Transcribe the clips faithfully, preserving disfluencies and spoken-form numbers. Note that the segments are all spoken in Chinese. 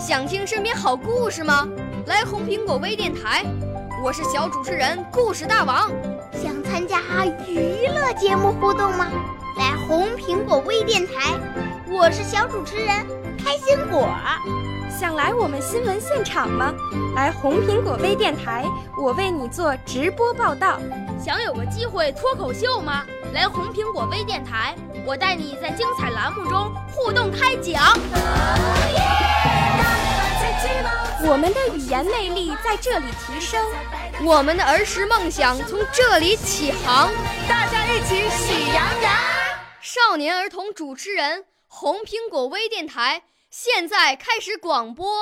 想听身边好故事吗？来红苹果微电台，我是小主持人故事大王。 想参加娱乐节目互动吗？来红苹果微电台，我是小主持人开心果。 想来我们新闻现场吗？来红苹果微电台，我为你做直播报道。 想有个机会脱口秀吗？来红苹果微电台，我带你在精彩栏目中互动开讲。 我们的语言魅力在这里提升， 我们的儿时梦想从这里起航。 大家一起喜羊羊。 少年儿童主持人，红苹果微电台现在开始广播。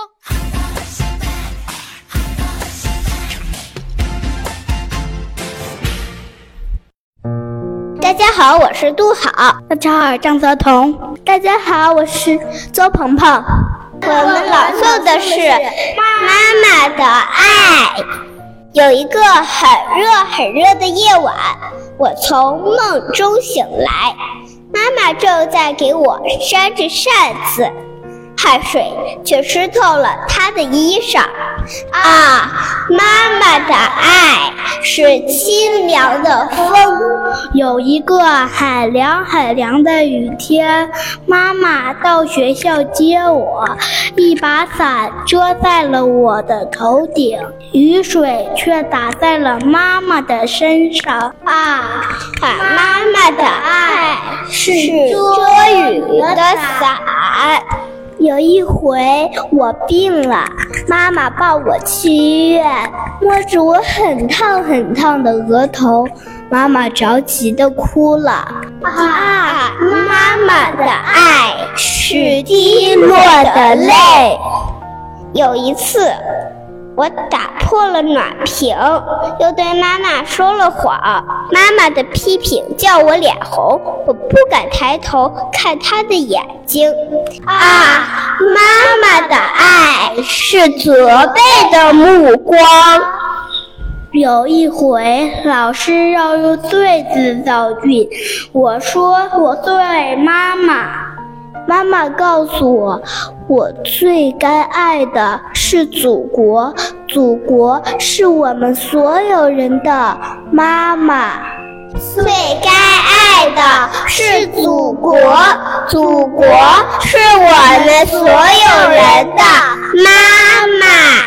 大家好，我是杜好。大家好，张泽彤。大家好，我是周鹏鹏。我们朗诵的是《妈妈的爱》。有一个很热很热的夜晚，我从梦中醒来，妈妈正在给我扇着扇子，汗水却湿透了她的衣裳。啊，妈妈的爱是清凉的风。有一个很凉很凉的雨天，妈妈到学校接我，一把伞遮在了我的头顶，雨水却打在了妈妈的身上。啊，妈妈的爱是遮雨的伞。有一回我病了，妈妈抱我去医院，摸着我很烫很烫的额头，妈妈着急地哭了。啊，妈妈的爱是滴落的泪。有一次我打破了暖瓶，又对妈妈说了谎，妈妈的批评叫我脸红，我不敢抬头看她的眼睛。啊，妈妈的爱是责备的目光。有一回老师要用对子造句，我说我对妈妈。妈妈告诉我，我最该爱的是祖国，祖国是我们所有人的妈妈。最该爱的是祖国，祖国是我们所有人的妈妈。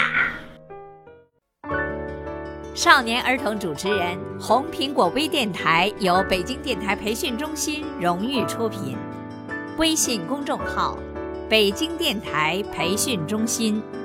少年儿童主持人，红苹果微电台由北京电台培训中心荣誉出品。微信公众号：北京电台培训中心。